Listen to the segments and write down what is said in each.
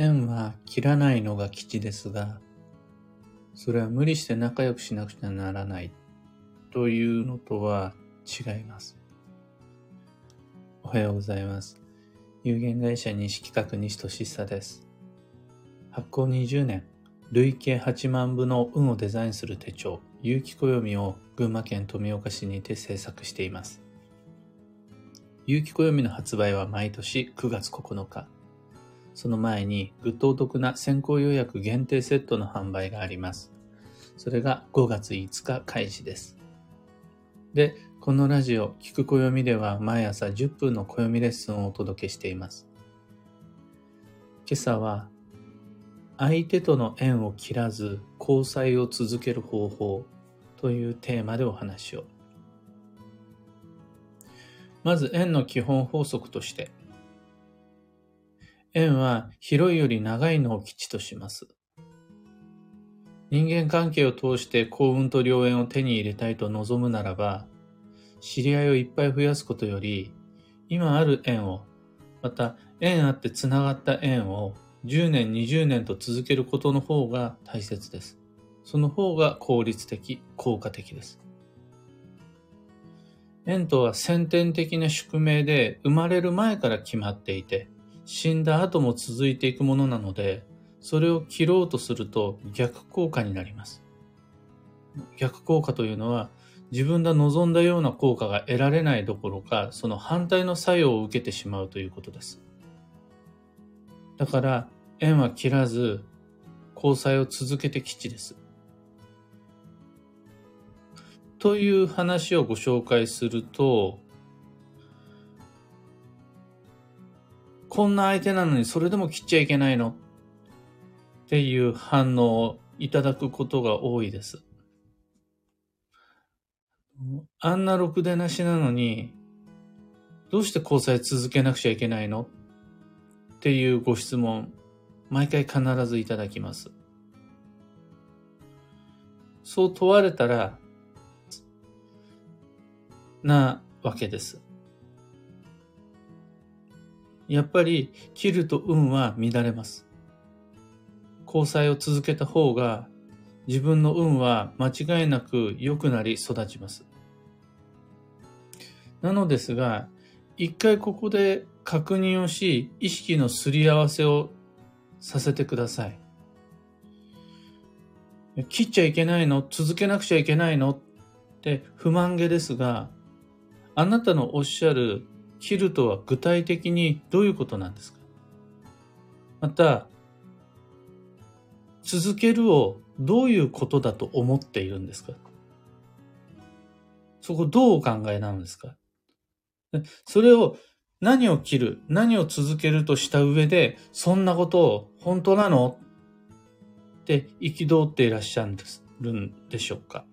縁は切らないのが吉ですが、それは無理して仲良くしなくちゃならないというのとは違います。おはようございます。有限会社西企画西俊久です。発行20年、累計8万部の運をデザインする手帳、有機暦を群馬県富岡市にて制作しています。有機暦の発売は毎年9月9日。その前にぐっとお得な先行予約限定セットの販売があります。それが5月5日開始です。で、このラジオ、聞く暦では毎朝10分の暦レッスンをお届けしています。今朝は、相手との縁を切らず交際を続ける方法というテーマでお話を。まず縁の基本法則として、縁は広いより長いのを吉とします。人間関係を通して幸運と良縁を手に入れたいと望むならば、知り合いをいっぱい増やすことより、今ある縁を、また縁あってつながった縁を10年、20年と続けることの方が大切です。その方が効率的、効果的です。縁とは先天的な宿命で生まれる前から決まっていて、死んだ後も続いていくものなので、それを切ろうとすると逆効果になります。逆効果というのは、自分が望んだような効果が得られないどころか、その反対の作用を受けてしまうということです。だから、縁は切らず、交際を続けて吉です。という話をご紹介すると、こんな相手なのにそれでも切っちゃいけないのっていう反応をいただくことが多いです。あんなろくでなしなのに、どうして交際続けなくちゃいけないのっていうご質問、毎回必ずいただきます。そう問われたら、なわけです。やっぱり切ると運は乱れます。交際を続けた方が自分の運は間違いなく良くなり育ちます。なのですが、一回ここで確認をし、意識のすり合わせをさせてください。切っちゃいけないの？続けなくちゃいけないの？って不満げですが、あなたのおっしゃる切るとは具体的にどういうことなんですか？また、続けるをどういうことだと思っているんですか？そこどうお考えなんですか？それを何を切る、何を続けるとした上で、そんなことを本当なのって憤っていらっしゃるんでしょうか？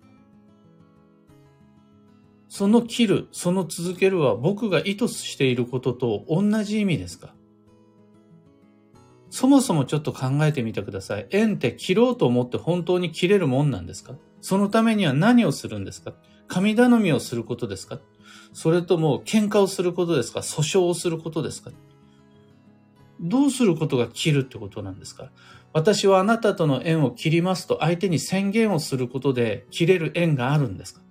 その切る、その続けるは僕が意図していることと同じ意味ですか？そもそもちょっと考えてみてください。縁って切ろうと思って本当に切れるもんなんですか？そのためには何をするんですか？神頼みをすることですか？それとも喧嘩をすることですか？訴訟をすることですか？どうすることが切るってことなんですか？私はあなたとの縁を切りますと相手に宣言をすることで切れる縁があるんですか？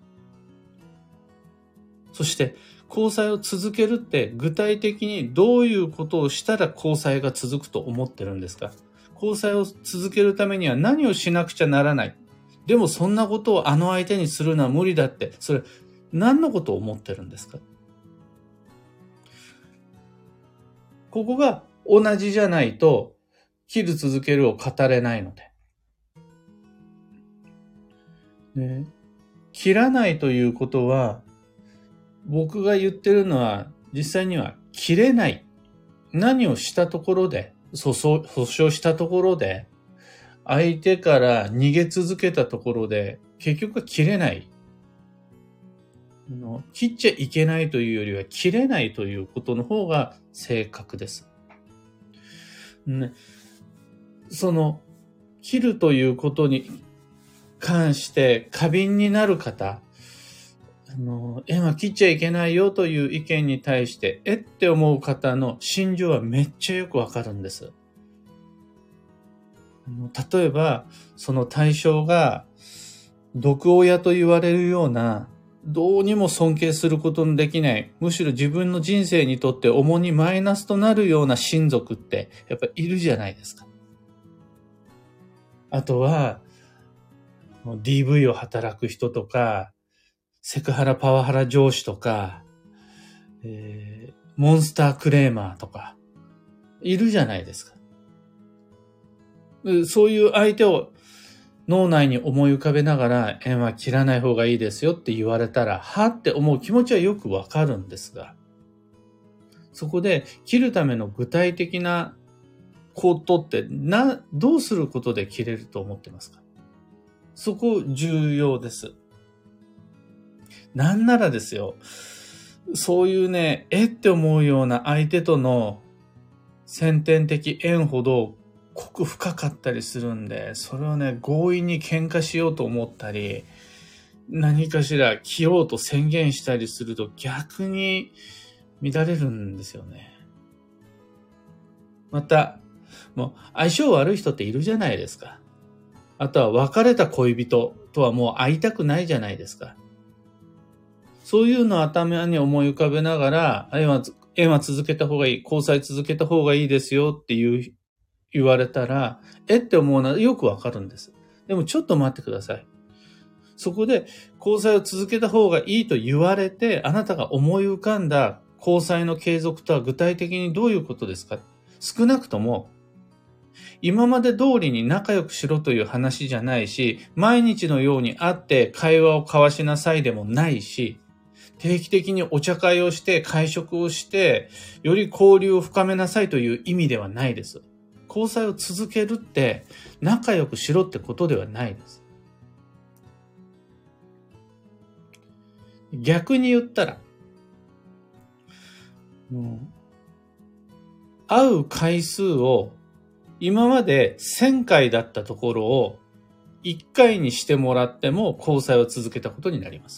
そして交際を続けるって具体的にどういうことをしたら交際が続くと思ってるんですか？交際を続けるためには何をしなくちゃならない。でもそんなことをあの相手にするのは無理だって、それ何のことを思ってるんですか？ここが同じじゃないと切る続けるを語れないので。切らないということは、僕が言ってるのは実際には切れない。何をしたところで、訴訟したところで、相手から逃げ続けたところで、結局は切れない。切っちゃいけないというよりは切れないということの方が正確です。ね、その切るということに関して過敏になる方、縁は切っちゃいけないよという意見に対してって思う方の心情はめっちゃよくわかるんです。 例えば、その対象が毒親と言われるような、どうにも尊敬することのできない、むしろ自分の人生にとって重にマイナスとなるような親族ってやっぱいるじゃないですか。あとは、DV を働く人とか、セクハラパワハラ上司とか、モンスタークレーマーとか、いるじゃないですか。そういう相手を脳内に思い浮かべながら縁は切らない方がいいですよって言われたら、はって思う気持ちはよくわかるんですが、そこで切るための具体的なことってどうすることで切れると思ってますか？そこ重要です。なんならですよ、そういうね、って思うような相手との先天的縁ほど濃く深かったりするんで、それをね、強引に喧嘩しようと思ったり、何かしら切ろうと宣言したりすると逆に乱れるんですよね。また、もう相性悪い人っているじゃないですか。あとは別れた恋人とはもう会いたくないじゃないですか。そういうのを頭に思い浮かべながら、縁は続けた方がいい、交際続けた方がいいですよって言われたら、って思うのはよくわかるんです。でもちょっと待ってください。そこで交際を続けた方がいいと言われて、あなたが思い浮かんだ交際の継続とは具体的にどういうことですか？少なくとも、今まで通りに仲良くしろという話じゃないし、毎日のように会って会話を交わしなさいでもないし、定期的にお茶会をして会食をして、より交流を深めなさいという意味ではないです。交際を続けるって仲良くしろってことではないです。逆に言ったら、会う回数を今まで1000回だったところを1回にしてもらっても交際を続けたことになります。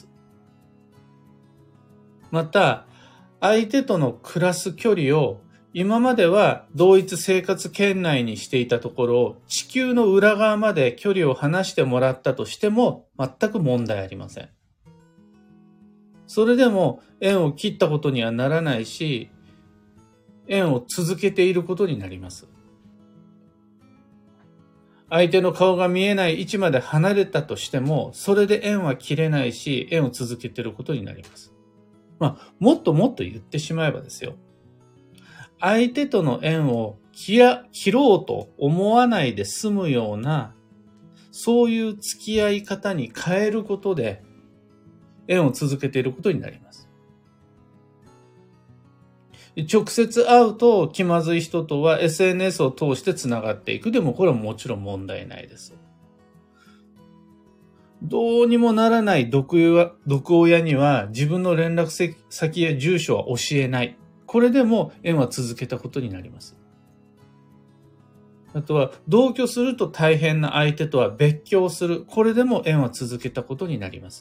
また、相手との暮らす距離を今までは同一生活圏内にしていたところを地球の裏側まで距離を離してもらったとしても全く問題ありません。それでも縁を切ったことにはならないし、縁を続けていることになります。相手の顔が見えない位置まで離れたとしても、それで縁は切れないし、縁を続けていることになります。もっともっと言ってしまえばですよ。相手との縁を切ろうと思わないで済むような、そういう付き合い方に変えることで、縁を続けていることになります。直接会うと気まずい人とは SNS を通してつながっていく。でもこれはもちろん問題ないです。どうにもならない毒親には自分の連絡先や住所は教えない。これでも縁は続けたことになります。あとは同居すると大変な相手とは別居をする。これでも縁は続けたことになります。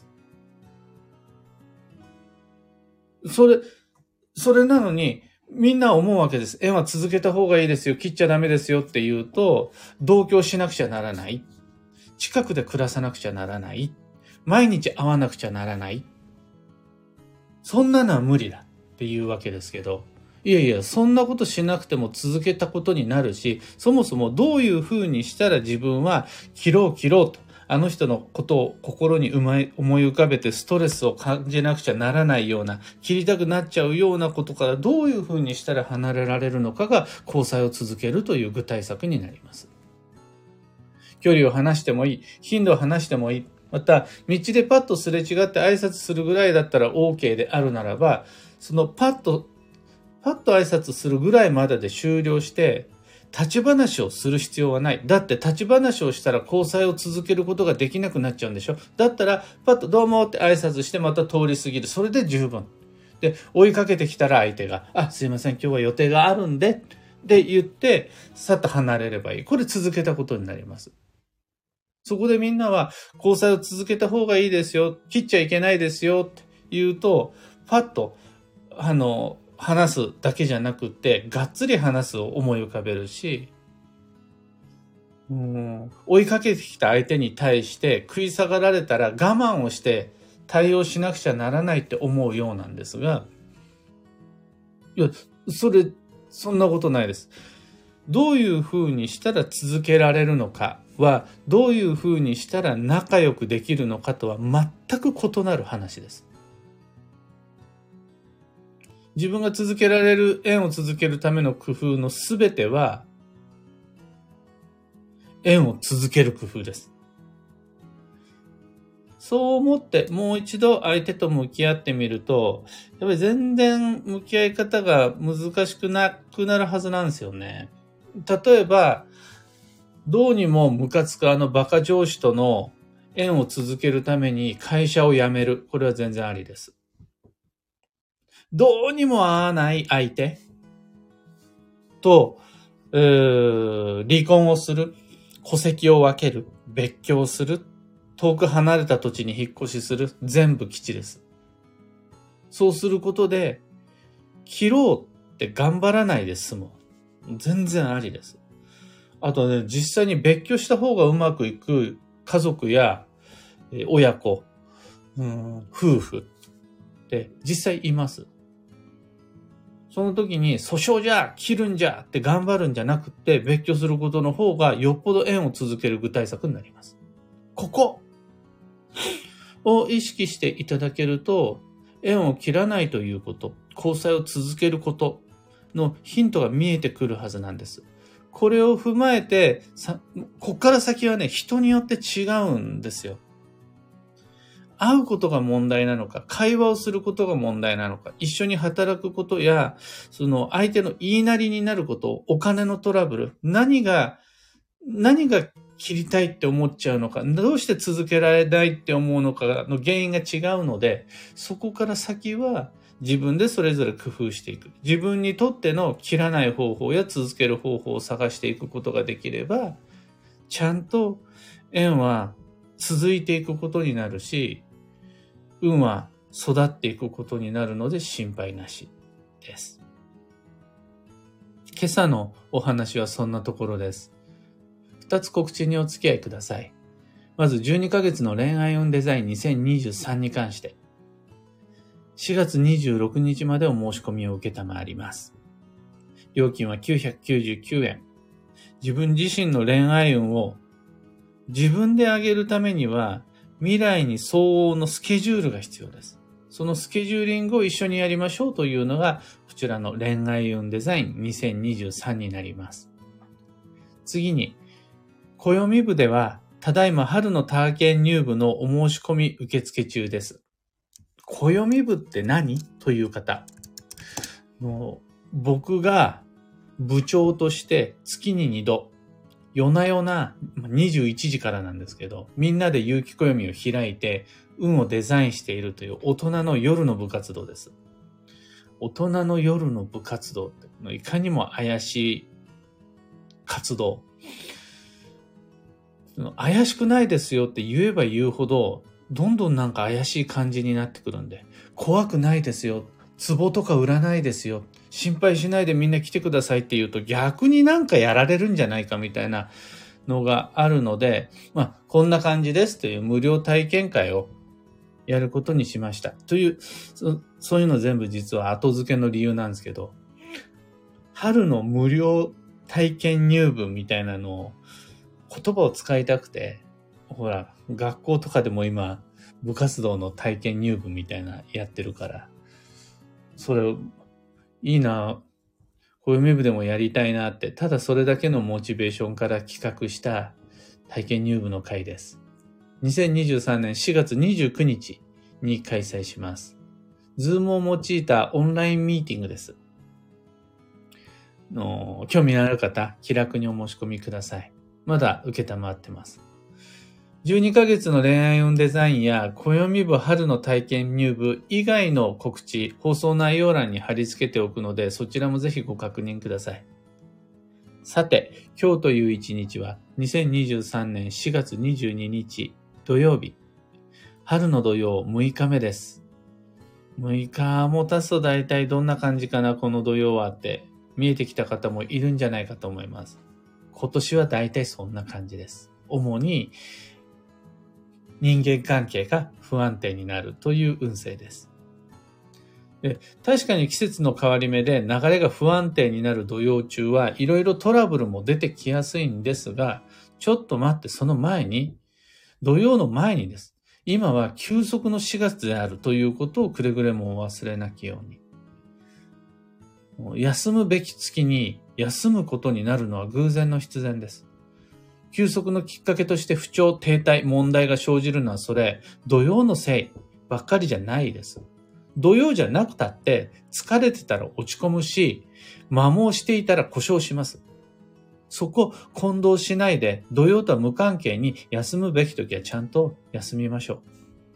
それなのにみんな思うわけです。縁は続けた方がいいですよ。切っちゃダメですよって言うと、同居しなくちゃならない。近くで暮らさなくちゃならない。毎日会わなくちゃならない。そんなのは無理だっていうわけですけど、いやいや、そんなことしなくても続けたことになるし、そもそもどういうふうにしたら自分は切ろうと、あの人のことを心に思い浮かべてストレスを感じなくちゃならないような、切りたくなっちゃうようなことからどういうふうにしたら離れられるのかが交際を続けるという具体策になります。距離を離してもいい、頻度を離してもいい、また道でパッとすれ違って挨拶するぐらいだったら OK であるならば、そのパッと挨拶するぐらいまでで終了して、立ち話をする必要はない。だって立ち話をしたら交際を続けることができなくなっちゃうんでしょ。だったらパッとどうもって挨拶してまた通り過ぎる。それで十分。で、追いかけてきたら相手が、すいません、今日は予定があるんで、で言って、さっと離れればいい。これ続けたことになります。そこでみんなは交際を続けた方がいいですよ。切っちゃいけないですよって言うと、パッと、話すだけじゃなくって、がっつり話すを思い浮かべるし、 追いかけてきた相手に対して食い下がられたら我慢をして対応しなくちゃならないって思うようなんですが、いや、そんなことないです。どういうふうにしたら続けられるのかは、どういうふうにしたら仲良くできるのかとは全く異なる話です。自分が続けられる、縁を続けるための工夫のすべては、縁を続ける工夫です。そう思ってもう一度相手と向き合ってみると、やっぱり全然向き合い方が難しくなくなるはずなんですよね。例えば、どうにもムカつくバカ上司との縁を続けるために会社を辞める。これは全然ありです。どうにも合わない相手と、離婚をする。戸籍を分ける。別居をする。遠く離れた土地に引っ越しする。全部基地です。そうすることで、切ろうって頑張らないで済む。全然ありです。あとね、実際に別居した方がうまくいく家族や親子、夫婦って実際います。その時に訴訟じゃ、切るんじゃって頑張るんじゃなくて、別居することの方がよっぽど縁を続ける具体策になります。ここを意識していただけると、縁を切らないということ、交際を続けることのヒントが見えてくるはずなんです。これを踏まえて、こっから先はね、人によって違うんですよ。会うことが問題なのか、会話をすることが問題なのか、一緒に働くことや、その相手の言いなりになること、お金のトラブル、何が切りたいって思っちゃうのか、どうして続けられないって思うのかの原因が違うので、そこから先は自分でそれぞれ工夫していく。自分にとっての切らない方法や続ける方法を探していくことができれば、ちゃんと縁は続いていくことになるし、運は育っていくことになるので心配なしです。今朝のお話はそんなところです。2つ告知にお付き合いください。まず12ヶ月の恋愛運デザイン2023に関して、4月26日までお申し込みを受けたまわります。料金は999円。自分自身の恋愛運を自分で上げるためには、未来に相応のスケジュールが必要です。そのスケジューリングを一緒にやりましょうというのが、こちらの恋愛運デザイン2023になります。次に、暦部では、ただいま春の体験入部のお申し込み受付中です。暦部って何という方。僕が部長として月に2度、夜な夜な21時からなんですけど、みんなで有機暦を開いて運をデザインしているという大人の夜の部活動です。大人の夜の部活動っていかにも怪しい活動。怪しくないですよって言えば言うほど、どんどんなんか怪しい感じになってくるんで、怖くないですよ。壺とか売らないですよ。心配しないでみんな来てくださいって言うと逆になんかやられるんじゃないかみたいなのがあるので、こんな感じですという無料体験会をやることにしました。という、そういうの全部実は後付けの理由なんですけど、春の無料体験入部みたいなのを言葉を使いたくて、ほら、学校とかでも今部活動の体験入部みたいなやってるから、それいいな、暦部でもやりたいなって、ただそれだけのモチベーションから企画した体験入部の会です。2023年4月29日に開催します。Zoom を用いたオンラインミーティングです。興味のある方、気楽にお申し込みください。まだ受けたまってます。12ヶ月の恋愛運デザインや暦部春の体験入部以外の告知、放送内容欄に貼り付けておくので、そちらもぜひご確認ください。さて、今日という一日は2023年4月22日土曜日、春の土曜6日目です。6日も経つと大体どんな感じかな、この土曜はって見えてきた方もいるんじゃないかと思います。 今年は大体そんな感じです。主に人間関係が不安定になるという運勢です。で、確かに季節の変わり目で流れが不安定になる土曜中はいろいろトラブルも出てきやすいんですが、ちょっと待って、その前に、土曜の前にです。今は休息の4月であるということをくれぐれも忘れなきように。休むべき月に休むことになるのは偶然の必然です。休息のきっかけとして不調、停滞、問題が生じるのはそれ、土曜のせいばっかりじゃないです。土曜じゃなくたって疲れてたら落ち込むし、摩耗していたら故障します。そこ混同しないで土曜とは無関係に休むべきときはちゃんと休みましょう。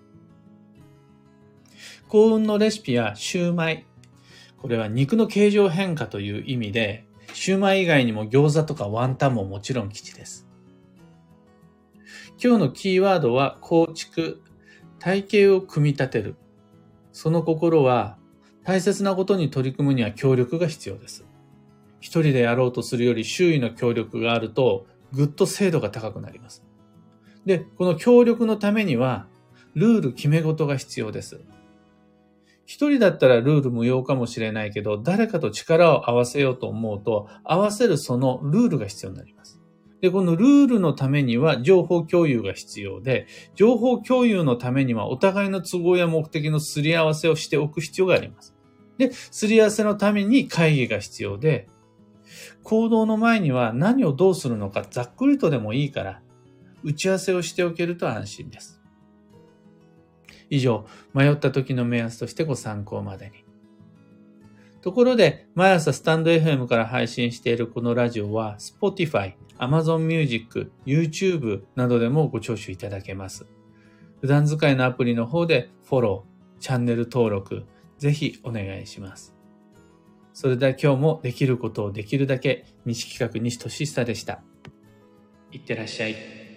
幸運のレシピやシューマイ。これは肉の形状変化という意味で、シューマイ以外にも餃子とかワンタンももちろん吉です。今日のキーワードは構築、体系を組み立てる。その心は大切なことに取り組むには協力が必要です。一人でやろうとするより周囲の協力があるとぐっと精度が高くなります。で、この協力のためにはルール決め事が必要です。一人だったらルール無用かもしれないけど、誰かと力を合わせようと思うと、合わせるそのルールが必要になります。で、このルールのためには情報共有が必要で、情報共有のためにはお互いの都合や目的のすり合わせをしておく必要があります。で、すり合わせのために会議が必要で、行動の前には何をどうするのかざっくりとでもいいから、打ち合わせをしておけると安心です。以上、迷った時の目安としてご参考までに。ところで、毎朝スタンド FM から配信しているこのラジオは、Spotify、Amazon Music、YouTube などでもご聴取いただけます。普段使いのアプリの方でフォロー、チャンネル登録、ぜひお願いします。それでは今日もできることをできるだけ、西企画西俊久でした。いってらっしゃい。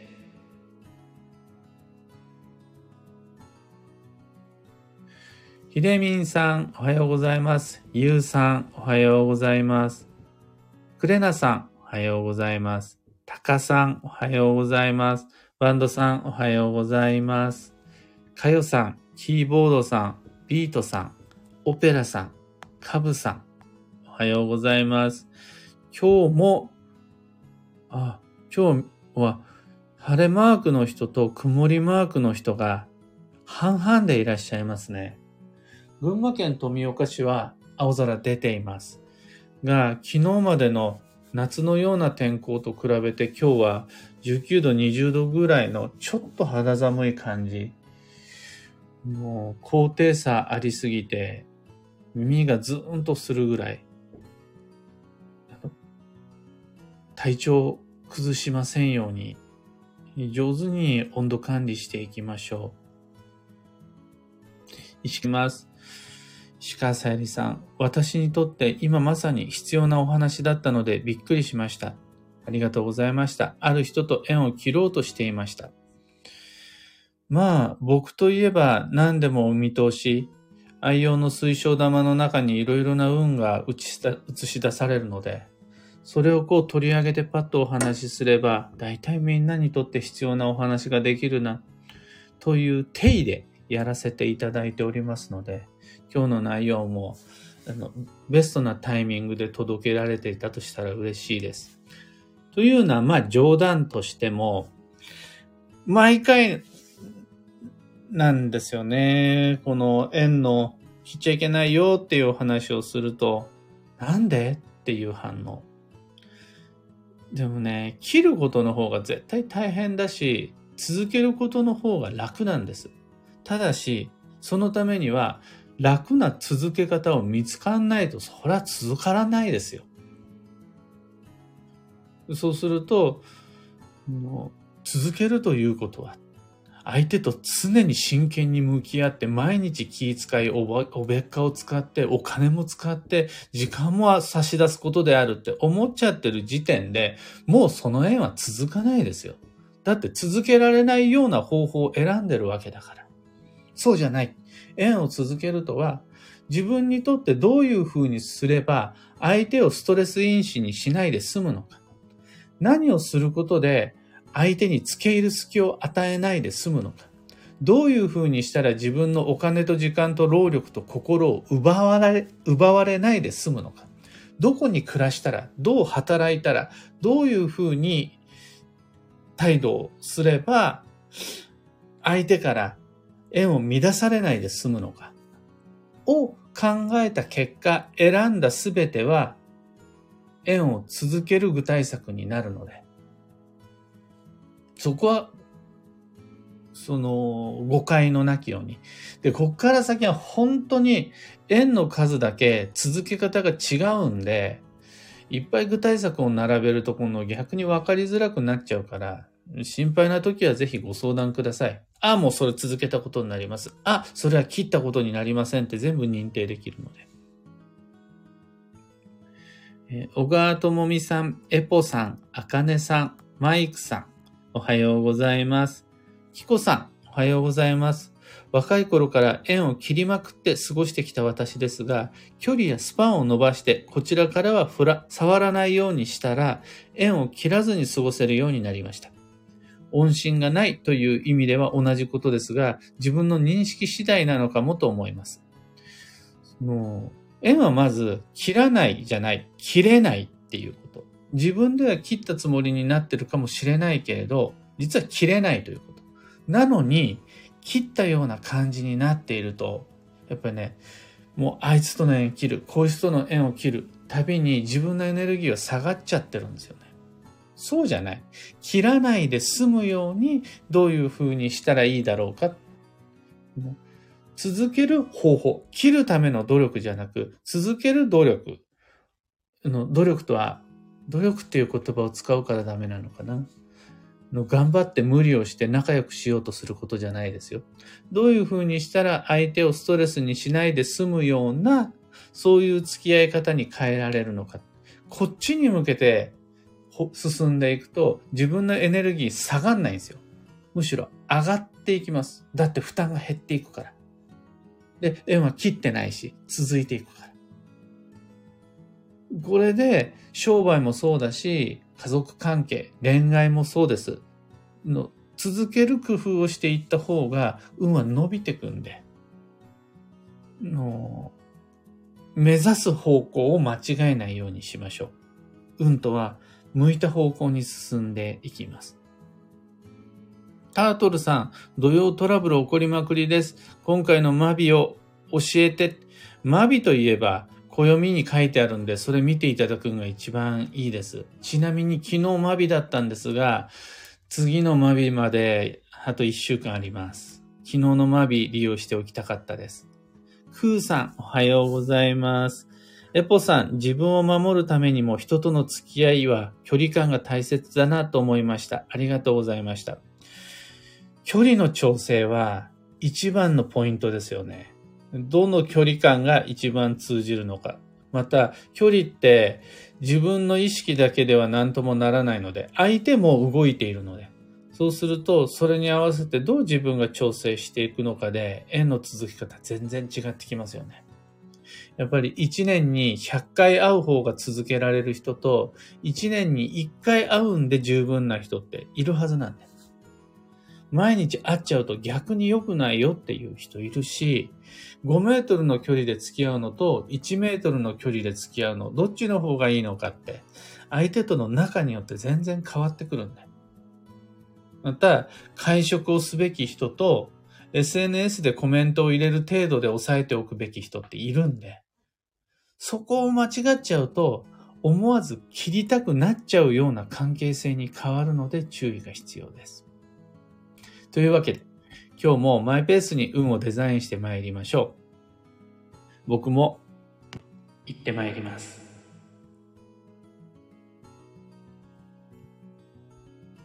ひでみんさん、おはようございます。ゆうさん、おはようございます。くれなさん、おはようございます。たかさん、おはようございます。バンドさん、おはようございます。かよさん、キーボードさん、ビートさん、オペラさん、カブさん、おはようございます。今日は晴れマークの人と曇りマークの人が半々でいらっしゃいますね。群馬県富岡市は青空出ていますが、昨日までの夏のような天候と比べて今日は19度、20度ぐらいのちょっと肌寒い感じ。もう高低差ありすぎて耳がズーンとするぐらい。体調崩しませんように上手に温度管理していきましょう。意識します。石川さゆりさん、私にとって今まさに必要なお話だったのでびっくりしました。ありがとうございました。ある人と縁を切ろうとしていました。まあ、僕といえば何でもお見通し、愛用の水晶玉の中にいろいろな運が映し出されるので、それを取り上げてパッとお話しすれば、大体みんなにとって必要なお話ができるな、という体でやらせていただいておりますので、今日の内容もベストなタイミングで届けられていたとしたら嬉しいです。というのは冗談としても、毎回なんですよね。この縁の切っちゃいけないよっていうお話をすると、なんでっていう反応。でもね、切ることの方が絶対大変だし、続けることの方が楽なんです。ただし、そのためには楽な続け方を見つからないと、それは続からないですよ。そうすると、続けるということは、相手と常に真剣に向き合って毎日気遣いおべっかを使ってお金も使って時間も差し出すことであるって思っちゃってる時点でもうその縁は続かないですよ。だって続けられないような方法を選んでるわけだから。そうじゃない。縁を続けるとは自分にとってどういうふうにすれば相手をストレス因子にしないで済むのか。 何をすることで相手に付け入る隙を与えないで済むのか。どういうふうにしたら自分のお金と時間と労力と心を奪われないで済むのか。どこに暮らしたら、どう働いたら、どういうふうに態度をすれば、相手から縁を乱されないで済むのかを考えた結果、選んだすべては縁を続ける具体策になるので、そこは誤解のなきように。で、こっから先は本当に円の数だけ続け方が違うんで、いっぱい具体策を並べると今度逆に分かりづらくなっちゃうから、心配な時はぜひご相談ください。もうそれ続けたことになります。それは切ったことになりませんって全部認定できるので。小川智美さん、エポさん、あかねさん、マイクさん、おはようございます。キコさん、おはようございます。若い頃から縁を切りまくって過ごしてきた私ですが、距離やスパンを伸ばしてこちらからは触らないようにしたら、縁を切らずに過ごせるようになりました。音信がないという意味では同じことですが、自分の認識次第なのかもと思います。縁はまず切らないじゃない、切れないっていうこと。自分では切ったつもりになってるかもしれないけれど、実は切れないということ。なのに、切ったような感じになっていると、やっぱりね、もうあいつとの縁を切る、こいつとの縁を切るたびに自分のエネルギーは下がっちゃってるんですよね。そうじゃない。切らないで済むようにどういうふうにしたらいいだろうか。続ける方法。切るための努力じゃなく、続ける努力。努力っていう言葉を使うからダメなのかな。頑張って無理をして仲良くしようとすることじゃないですよ。どういうふうにしたら相手をストレスにしないで済むような、そういう付き合い方に変えられるのか。こっちに向けて進んでいくと自分のエネルギー下がんないんですよ。むしろ上がっていきます。だって負担が減っていくから。で、縁は切ってないし、続いていくから。これで商売もそうだし、家族関係、恋愛もそうです。続ける工夫をしていった方が運は伸びてくんで、目指す方向を間違えないようにしましょう。運とは向いた方向に進んでいきます。タートルさん、土曜トラブル起こりまくりです。今回のマビを教えて。マビといえば、暦に書いてあるんで、それ見ていただくのが一番いいです。ちなみに昨日マビだったんですが、次のマビまであと1週間あります。昨日のマビ利用しておきたかったです。クーさん、おはようございます。エポさん、自分を守るためにも人との付き合いは距離感が大切だなと思いました。ありがとうございました。距離の調整は一番のポイントですよね。どの距離感が一番通じるのか。また、距離って自分の意識だけでは何ともならないので、相手も動いているので、そうすると、それに合わせてどう自分が調整していくのかで、縁の続き方全然違ってきますよね。やっぱり1年に100回会う方が続けられる人と、1年に1回会うんで十分な人っているはずなんです。毎日会っちゃうと逆に良くないよっていう人いるし、5メートルの距離で付き合うのと1メートルの距離で付き合うの、どっちの方がいいのかって、相手との仲によって全然変わってくるんだよ。また、会食をすべき人と SNS でコメントを入れる程度で抑えておくべき人っているんで、そこを間違っちゃうと、思わず切りたくなっちゃうような関係性に変わるので注意が必要です。というわけで、今日もマイペースに運をデザインしてまいりましょう。僕も行ってまいります。